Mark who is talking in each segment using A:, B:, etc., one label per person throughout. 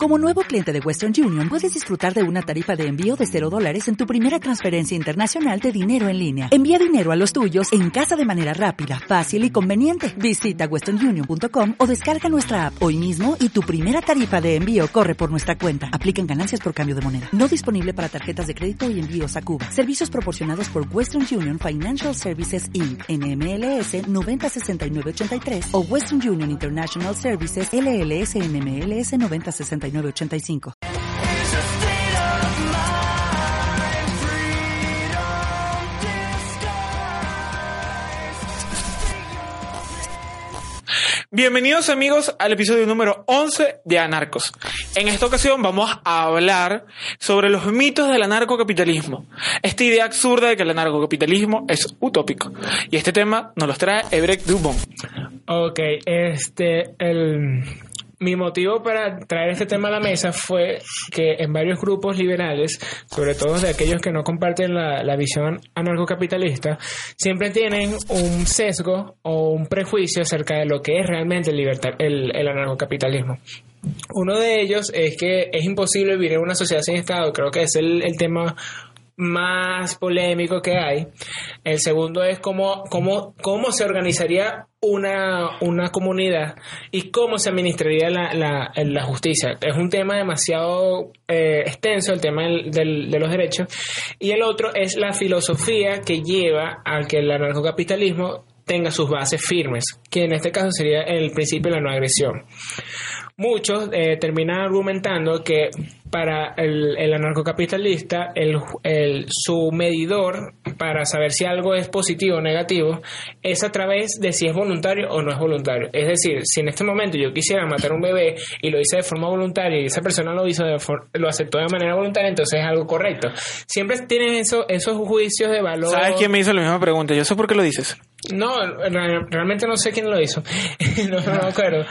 A: Como nuevo cliente de Western Union, puedes disfrutar de una tarifa de envío de $0 en tu primera transferencia internacional de dinero en línea. Envía dinero a los tuyos en casa de manera rápida, fácil y conveniente. Visita westernunion.com o descarga nuestra app hoy mismo y tu primera tarifa de envío corre por nuestra cuenta. Aplican ganancias por cambio de moneda. No disponible para tarjetas de crédito y envíos a Cuba. Servicios proporcionados por Western Union Financial Services Inc. NMLS 906983 o Western Union International Services LLS NMLS 906985.
B: Bienvenidos amigos al episodio número 11 de Anarcos. En esta ocasión vamos a hablar sobre los mitos del anarcocapitalismo. Esta idea absurda de que el anarcocapitalismo es utópico. Y este tema nos lo trae Ebrecht Dubon.
C: Ok, mi motivo para traer este tema a la mesa fue que en varios grupos liberales, sobre todo de aquellos que no comparten la visión anarcocapitalista, siempre tienen un sesgo o un prejuicio acerca de lo que es realmente el anarcocapitalismo. Uno de ellos es que es imposible vivir en una sociedad sin Estado. Creo que es el tema más polémico que hay. El segundo es cómo se organizaría una comunidad y cómo se administraría la justicia. Es un tema demasiado extenso, el tema de los derechos. Y el otro es la filosofía que lleva a que el anarcocapitalismo tenga sus bases firmes, que en este caso sería el principio de la no agresión. Muchos terminan argumentando que para el anarcocapitalista su medidor para saber si algo es positivo o negativo es a través de si es voluntario o no es voluntario. Es decir, si en este momento yo quisiera matar a un bebé y lo hice de forma voluntaria y esa persona lo aceptó de manera voluntaria, entonces es algo correcto. Siempre tienen esos juicios de valor.
B: ¿Sabes quién me hizo la misma pregunta? Yo sé por qué lo dices.
C: No, realmente no sé quién lo hizo. no me acuerdo.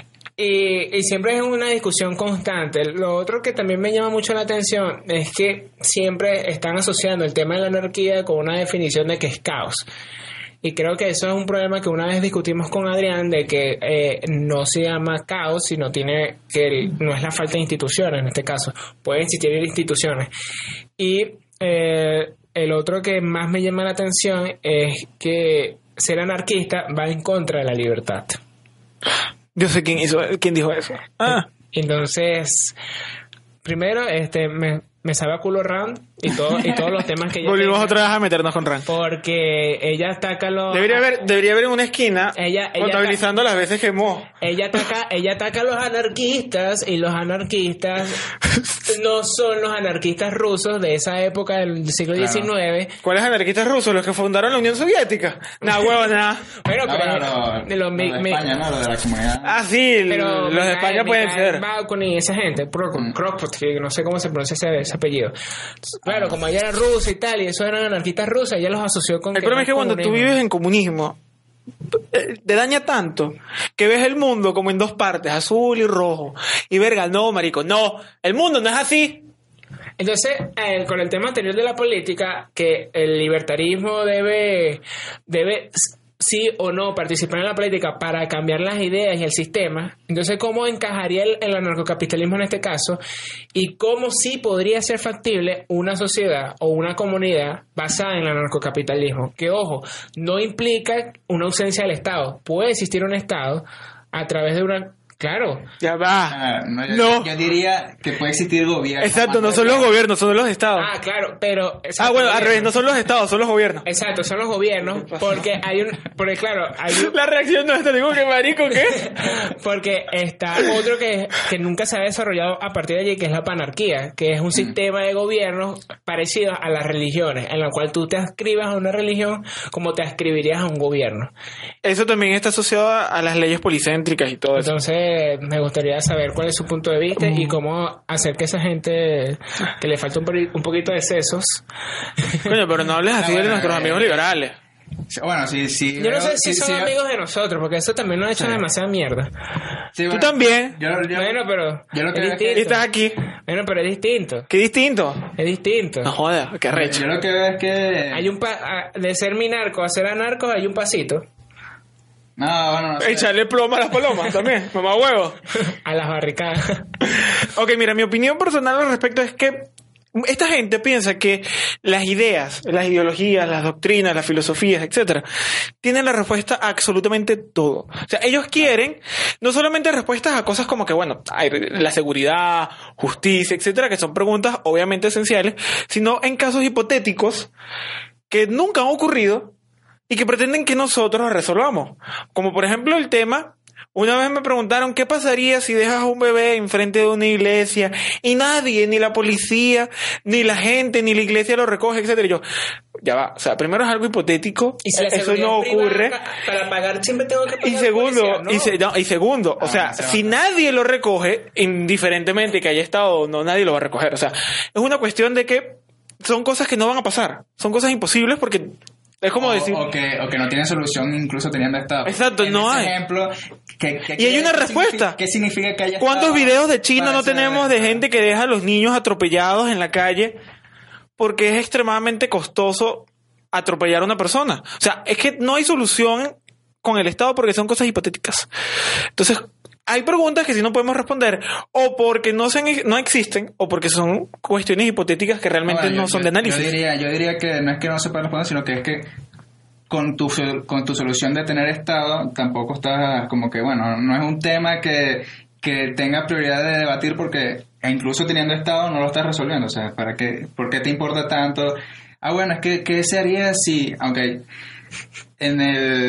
C: Y siempre es una discusión constante. Lo otro que también me llama mucho la atención es que siempre están asociando el tema de la anarquía con una definición de que es caos. Y creo que eso es un problema que una vez discutimos con Adrián, de que no se llama caos, sino no es la falta de instituciones en este caso. Pueden existir instituciones. Y el otro que más me llama la atención es que ser anarquista va en contra de la libertad.
B: Yo sé quién dijo eso.
C: Entonces, primero, me sabe a culo Rand y todos los temas que ella
B: volvimos otra vez a meternos con Rand.
C: Porque ella ataca
B: Debería haber en una esquina contabilizando las veces que
C: ella ataca a los anarquistas, y los anarquistas no son los anarquistas rusos de esa época del siglo XIX.
B: ¿Cuáles anarquistas rusos? ¿Los que fundaron la Unión Soviética? Bueno,
C: pero
D: de España, ¿no? Lo de la comunidad.
B: Ah, sí, pero los de España pueden ser.
C: Bakunin y esa gente, Kropotkin, no sé cómo se pronuncia ese apellido. Claro, como ella era rusa y tal, y esos eran anarquistas rusos, ella los asoció con...
B: El problema es que cuando tú vives en comunismo, te daña tanto que ves el mundo como en dos partes, azul y rojo. Y verga, no, marico, no, el mundo no es así.
C: Entonces, con el tema anterior de la política, que el libertarismo debe sí o no participar en la política para cambiar las ideas y el sistema, entonces ¿cómo encajaría el anarcocapitalismo en este caso? Y cómo sí podría ser factible una sociedad o una comunidad basada en el anarcocapitalismo, que ojo, no implica una ausencia del Estado. Puede existir un Estado a través de una... Claro.
B: Ya va.
D: Yo diría que puede existir gobierno.
B: Exacto, no son los gobiernos, son los estados.
C: Claro, pero...
B: Bueno, al revés, no son los estados, son los gobiernos.
C: Exacto, son los gobiernos, porque claro,
B: La reacción no está, digo, ¿qué marico, qué?
C: Porque está otro que nunca se ha desarrollado a partir de allí, que es la panarquía, que es un sistema de gobierno parecido a las religiones, en la cual tú te adscribas a una religión como te adscribirías a un gobierno.
B: Eso también está asociado a las leyes policéntricas y todo eso.
C: Entonces, me gustaría saber cuál es su punto de vista y cómo hacer que esa gente que le falta un poquito de sesos.
B: Coño, pero no hables así de nuestros amigos liberales.
D: Bueno, sí.
C: Yo no sé si son amigos de nosotros, porque eso también nos ha hecho demasiada mierda.
D: Sí,
B: tú también.
C: Bueno, pero
D: yo lo que
C: es distinto.
B: Y estás aquí.
C: Bueno, pero es distinto.
B: ¿Qué distinto?
C: Es distinto.
B: No jodas, qué arrecho.
D: Yo lo que veo es que...
C: Hay de ser mi narco a ser anarco hay un pasito.
D: No, bueno, no sé.
B: Echarle plomo a las palomas también, mamá huevo.
C: A las barricadas.
B: Ok, mira, mi opinión personal al respecto es que esta gente piensa que las ideas, las ideologías, las doctrinas, las filosofías, etcétera, tienen la respuesta a absolutamente todo. O sea, ellos quieren no solamente respuestas a cosas como que, bueno, hay la seguridad, justicia, etcétera, que son preguntas obviamente esenciales, sino en casos hipotéticos que nunca han ocurrido y que pretenden que nosotros resolvamos. Como por ejemplo el tema. Una vez me preguntaron qué pasaría si dejas a un bebé enfrente de una iglesia y nadie, ni la policía, ni la gente, ni la iglesia lo recoge, etcétera. Y yo, ya va, o sea, primero es algo hipotético,
C: Y si la
B: eso
C: seguridad
B: no ocurre.
C: Para pagar siempre tengo que pagar.
B: Y segundo,
C: policía, ¿no?
B: y segundo, o sea,
D: se va
B: si
D: a-
B: nadie lo recoge, indiferentemente que haya estado o no, nadie lo va a recoger. O sea, es una cuestión de que son cosas que no van a pasar, son cosas imposibles porque es como decir.
D: O que no tienen solución incluso teniendo estado.
B: Exacto,
D: En
B: no
D: ese
B: hay.
D: ejemplo,
B: Y hay una respuesta.
D: ¿Qué significa que haya
B: ¿Cuántos
D: estado
B: videos de China
D: para
B: no
D: esa-
B: tenemos de gente que deja a los niños atropellados en la calle porque es extremadamente costoso atropellar a una persona? O sea, es que no hay solución con el Estado porque son cosas hipotéticas. Entonces, hay preguntas que sí no podemos responder o porque no existen o porque son cuestiones hipotéticas que realmente
D: Bueno,
B: no son de análisis.
D: Yo diría que no es que no se pueda responder, sino que es que con tu solución de tener Estado tampoco estás como que, bueno, no es un tema que tenga prioridad de debatir porque incluso teniendo Estado no lo estás resolviendo. O sea, ¿por qué te importa tanto? Ah, bueno, es que ¿qué se haría si, aunque en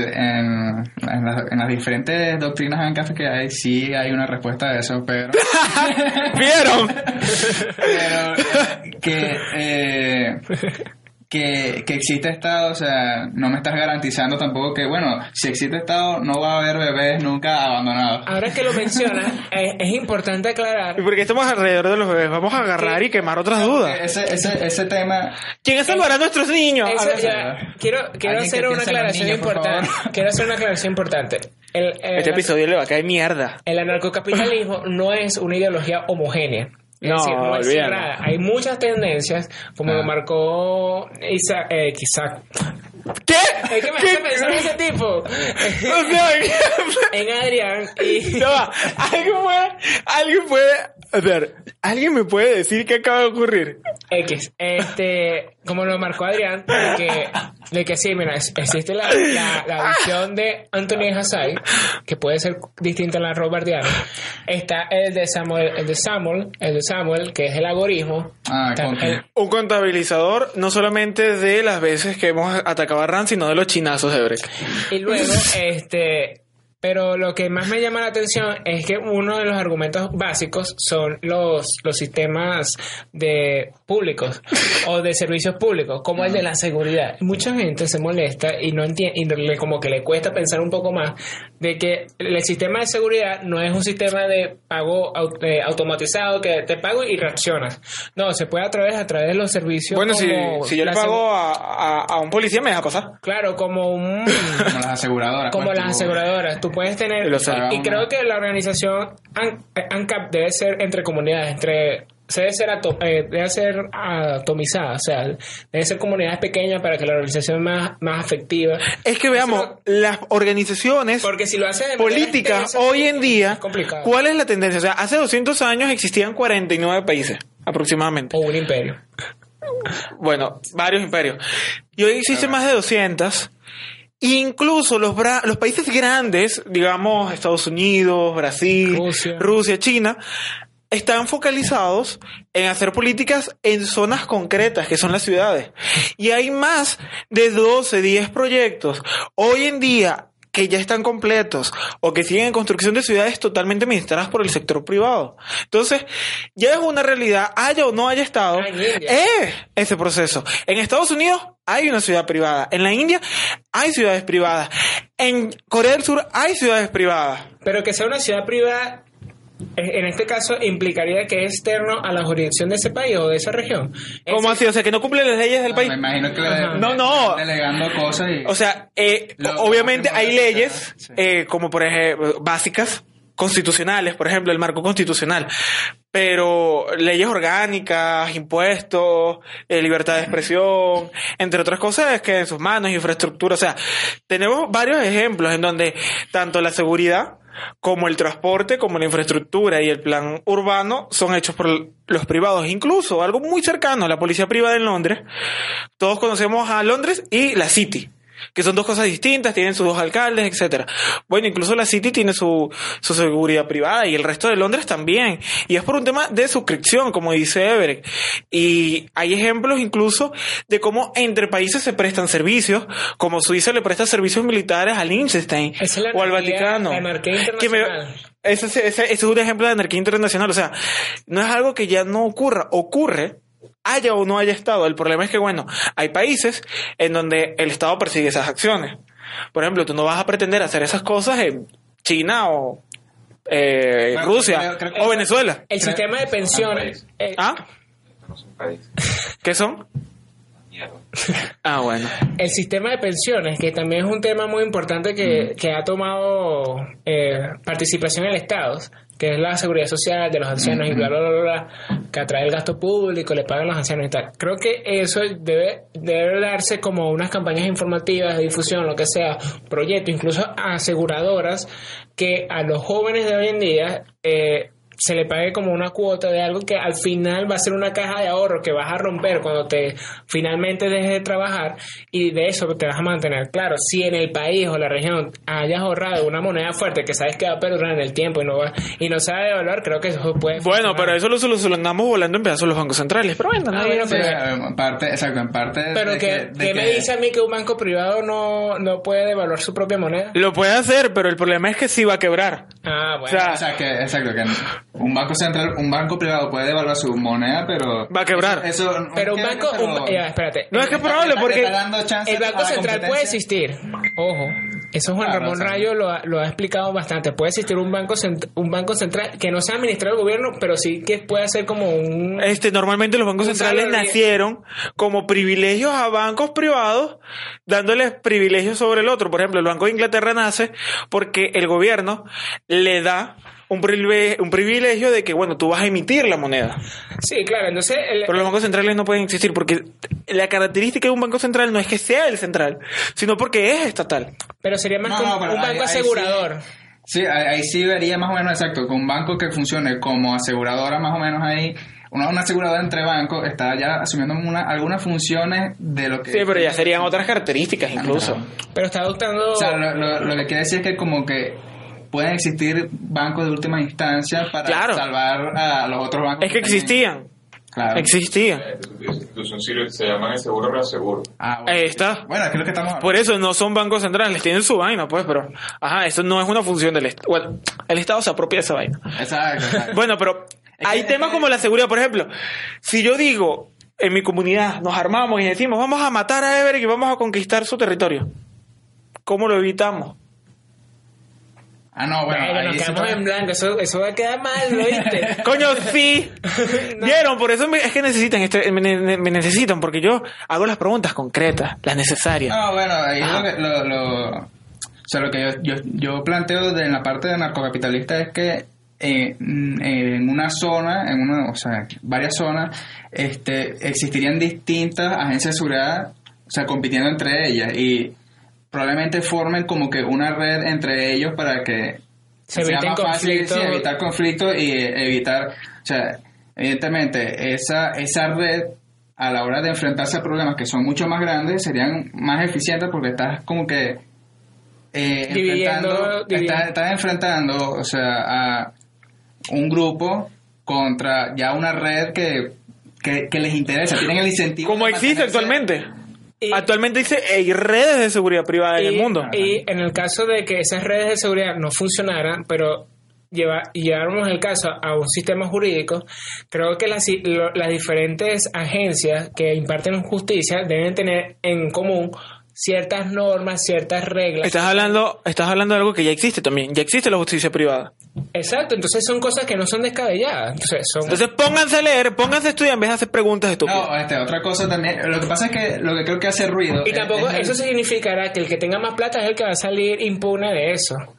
D: las diferentes doctrinas ANCAF que hay, sí hay una respuesta a eso, pero
B: ¿Vieron?
D: que existe Estado, o sea, no me estás garantizando tampoco que, bueno, si existe Estado no va a haber bebés nunca abandonados.
C: Ahora que lo mencionas, es importante aclarar.
B: ¿Y por qué estamos alrededor de los bebés? Vamos a agarrar y quemar otras dudas.
D: Ese tema...
B: ¿Quién salvará a nuestros niños?
C: Eso
B: A ver,
C: ya, quiero
D: Alguien
C: hacer
D: que
C: una
D: piense en los
C: aclaración
D: niños, por
C: importante.
D: favor.
C: Quiero hacer una aclaración importante.
B: este episodio le va a caer mierda.
C: El anarcocapitalismo no es una ideología homogénea. Es
B: No,
C: decir, no es
B: olvídalo.
C: cerrada. Hay muchas tendencias, como lo marcó Isaac.
B: ¿Qué?
C: Es que me hace pensar en ese tipo.
B: O sea,
C: En Adrián y...
B: no va. ¿Alguien me puede decir qué acaba de ocurrir?
C: X. Como lo marcó Adrián, de que sí, mira, existe la visión de Anthony Hassay, que puede ser distinta a la robardiana. Está el de Samuel, que es el algoritmo.
B: Un contabilizador no solamente de las veces que hemos atacado a Ran, sino de los chinazos de Breck.
C: Y luego, pero lo que más me llama la atención es que uno de los argumentos básicos son los sistemas de públicos o de servicios públicos, como el de la seguridad. Mucha gente se molesta y no entiende, y como que le cuesta pensar un poco más de que el sistema de seguridad no es un sistema de pago automatizado que te pago y reaccionas. No, se puede a través de los servicios.
B: Bueno,
C: como
B: si yo le
C: la
B: pago a un policía, me deja pasar.
C: Claro, como
D: Como las aseguradoras.
C: como
D: pues,
C: las aseguradoras. Tú puedes tener...
B: Y los
C: Y creo que la organización ANCAP debe ser entre comunidades, debe ser atomizada, o sea, debe ser comunidades pequeñas para que la organización más efectiva.
B: Es que veamos, las organizaciones
C: Porque si lo haces de
B: políticas
C: manera
B: hoy en día,
C: es complicado.
B: ¿cuál es la tendencia? O sea, hace 200 años existían 49 países, aproximadamente.
C: O un imperio.
B: Bueno, varios imperios. Y hoy existen más de 200. Incluso los países grandes, digamos Estados Unidos, Brasil, Rusia, China, están focalizados en hacer políticas en zonas concretas, que son las ciudades. Y hay más de 12, 10 proyectos hoy en día que ya están completos o que siguen en construcción de ciudades totalmente administradas por el sector privado. Entonces, ya es una realidad, haya o no haya estado, ese proceso. En Estados Unidos hay una ciudad privada, en la India hay ciudades privadas, en Corea del Sur hay ciudades privadas.
C: Pero que sea una ciudad privada, en este caso, implicaría que es externo a la jurisdicción de ese país o de esa región.
B: ¿Cómo así? O sea, que no cumple las leyes del país.
D: Me imagino que
B: No.
D: delegando cosas y...
B: O sea, obviamente hay leyes, como por ejemplo, básicas, constitucionales, por ejemplo, el marco constitucional. pero leyes orgánicas, impuestos, libertad de expresión, entre otras cosas que en sus manos, infraestructura. O sea, tenemos varios ejemplos en donde tanto la seguridad como el transporte, como la infraestructura y el plan urbano son hechos por los privados. Incluso algo muy cercano, la policía privada en Londres. Todos conocemos a Londres y la City, que son dos cosas distintas, tienen sus dos alcaldes, etcétera. Bueno, incluso la City tiene su seguridad privada y el resto de Londres también. Y es por un tema de suscripción, como dice Everett. Y hay ejemplos incluso de cómo entre países se prestan servicios, como Suiza le presta servicios militares a Liechtenstein o al Vaticano.
C: La anarquía internacional.
B: Ese es un ejemplo de anarquía internacional. O sea, no es algo que ya no ocurre, haya o no haya Estado. El problema es que, bueno, hay países en donde el Estado persigue esas acciones. Por ejemplo, tú no vas a pretender hacer esas cosas en China o Rusia o Venezuela.
C: El sistema de pensiones...
B: ¿Qué son? Bueno.
C: El sistema de pensiones, que también es un tema muy importante que ha tomado participación en el Estado, que es la seguridad social de los ancianos y bla, bla, bla, bla, que atrae el gasto público, le pagan a los ancianos y tal. Creo que eso debe darse como unas campañas informativas de difusión, lo que sea, proyectos, incluso aseguradoras, que a los jóvenes de hoy en día se le pague como una cuota de algo que al final va a ser una caja de ahorro que vas a romper cuando te finalmente dejes de trabajar, y de eso te vas a mantener. Claro, si en el país o la región hayas ahorrado una moneda fuerte que sabes que va a perdurar en el tiempo y no se va a devaluar, creo que eso puede funcionar.
B: Bueno, pero eso lo solucionamos volando en pedazos los bancos centrales. Pero bueno,
D: en parte.
C: Pero ¿qué me dice a mí que un banco privado no puede devaluar su propia moneda?
B: Lo puede hacer, pero el problema es que sí va a quebrar.
C: Bueno.
D: O sea, que un banco central, un banco privado puede devaluar su moneda, pero
B: va a quebrar.
C: Pero un banco, espérate.
B: No es que es probable porque
C: el Banco Central puede existir. Ojo, eso Juan Ramón Rayo lo ha explicado bastante. Puede existir un banco central que no sea administrado el gobierno, pero sí que puede ser como un...
B: Normalmente los bancos centrales nacieron como privilegios a bancos privados, dándoles privilegios sobre el otro. Por ejemplo, el Banco de Inglaterra nace porque el gobierno le da un privilegio de que, bueno, tú vas a emitir la moneda.
C: Sí, claro, entonces...
B: Pero los bancos centrales no pueden existir porque la característica de un banco central no es que sea el central, sino porque es estatal.
C: Pero sería más como un banco asegurador.
D: Sí, ahí sí vería más o menos exacto, con un banco que funcione como aseguradora más o menos ahí. Una aseguradora entre bancos está ya asumiendo algunas funciones de lo que...
B: Sí, pero ya serían otras características incluso.
C: Pero está adoptando...
D: O sea, lo que quiere decir es que como que pueden existir bancos de última instancia para salvar a los otros bancos.
B: Es que existían.
D: Claro.
B: Existían.
E: Se llaman el seguro reaseguro.
D: Bueno.
B: Ahí está.
D: Bueno, es que lo que estamos hablando.
B: Por eso no son bancos centrales, tienen su vaina, pues, pero... eso no es una función del Estado. Bueno, el Estado se apropia de esa vaina.
D: Exacto.
B: Bueno, pero hay temas como la seguridad, por ejemplo. Si yo digo, en mi comunidad, nos armamos y decimos, vamos a matar a Everett y vamos a conquistar su territorio, ¿cómo lo evitamos?
C: No, bueno, nos quedamos en blanco, eso va a quedar mal, ¿lo viste?
B: Coño, sí. No. ¿Vieron? Por eso es que necesitan me necesitan, porque yo hago las preguntas concretas, las necesarias.
D: No, bueno, ahí lo que yo planteo en la parte de narcocapitalista es que en una zona, varias zonas, existirían distintas agencias de seguridad, compitiendo entre ellas, y probablemente formen como que una red entre ellos para que sea más fácil evitar conflictos y evitar, evidentemente esa red a la hora de enfrentarse a problemas que son mucho más grandes serían más eficientes porque estás como que estás enfrentando a un grupo contra ya una red que les interesa, tienen el incentivo
B: como existe actualmente. Actualmente hay redes de seguridad privada en el mundo.
C: Y en el caso de que esas redes de seguridad no funcionaran, pero lleváramos el caso a un sistema jurídico, creo que las diferentes agencias que imparten justicia deben tener en común ciertas normas, ciertas reglas.
B: Estás hablando de algo que ya existe también. Ya existe la justicia privada.
C: Exacto, entonces son cosas que no son descabelladas.
B: Entonces pónganse a leer, pónganse a estudiar en vez de hacer preguntas estúpidas.
D: No, otra cosa también. Lo que pasa es que lo que creo que hace ruido.
C: Y tampoco eso significará que el que tenga más plata es el que va a salir impune de eso.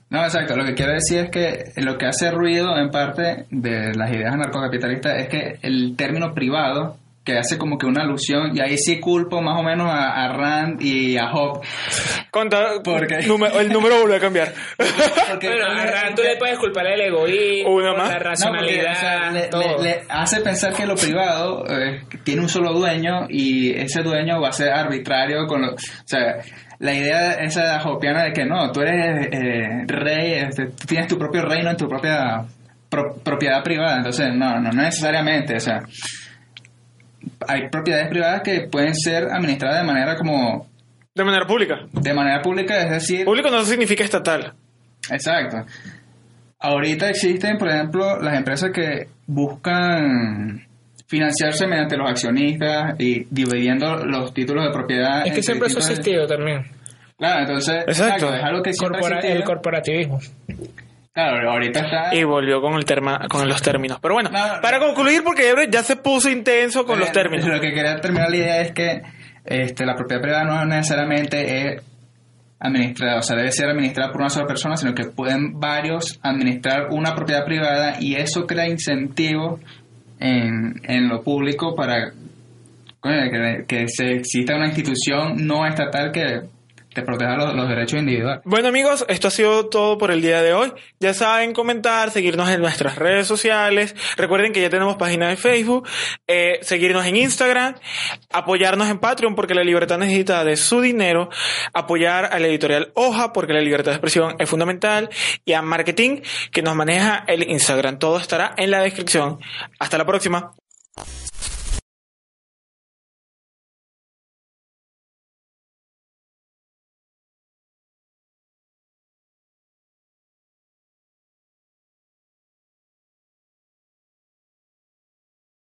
D: No, exacto. Lo que quiero decir es que lo que hace ruido en parte de las ideas anarcocapitalistas es que el término privado, que hace como que una alusión, y ahí sí culpo más o menos a Rand y a Hobbes. Porque
B: el número volvió a cambiar.
D: porque
C: Bueno, a Rand tú le puedes culpar el egoísmo,
B: Una más.
C: la racionalidad,
D: le
C: todo.
D: hace pensar que lo privado tiene un solo dueño y ese dueño va a ser arbitrario con lo, o sea, la idea esa hopiana de que no, tú eres rey, tú tienes tu propio reino en tu propia propiedad privada. Entonces no necesariamente, o sea, hay propiedades privadas que pueden ser administradas de manera
B: pública.
D: de manera pública, es decir,
B: Público no significa estatal.
D: exacto. Ahorita existen, por ejemplo, las empresas que buscan financiarse mediante los accionistas y dividiendo los títulos de propiedad.
C: Es que siempre eso ha existido también.
D: Claro, entonces,
B: Exacto.
D: es algo que siempre ha existido.
C: El corporativismo.
D: Claro, ahorita está...
B: Y volvió con los términos. Pero bueno,
D: No.
B: para concluir, porque Ebre ya se puso intenso con los términos.
D: Lo que quería terminar la idea es que la propiedad privada no necesariamente es administrada, o sea, debe ser administrada por una sola persona, sino que pueden varios administrar una propiedad privada y eso crea incentivos en lo público para que exista una institución no estatal que te proteja los derechos individuales.
B: Bueno, amigos, esto ha sido todo por el día de hoy. Ya saben, comentar, seguirnos en nuestras redes sociales. Recuerden que ya tenemos página de Facebook, seguirnos en Instagram, apoyarnos en Patreon porque la libertad necesita de su dinero, apoyar a la editorial Hoja porque la libertad de expresión es fundamental y a Marketing que nos maneja el Instagram. Todo estará en la descripción. Hasta la próxima.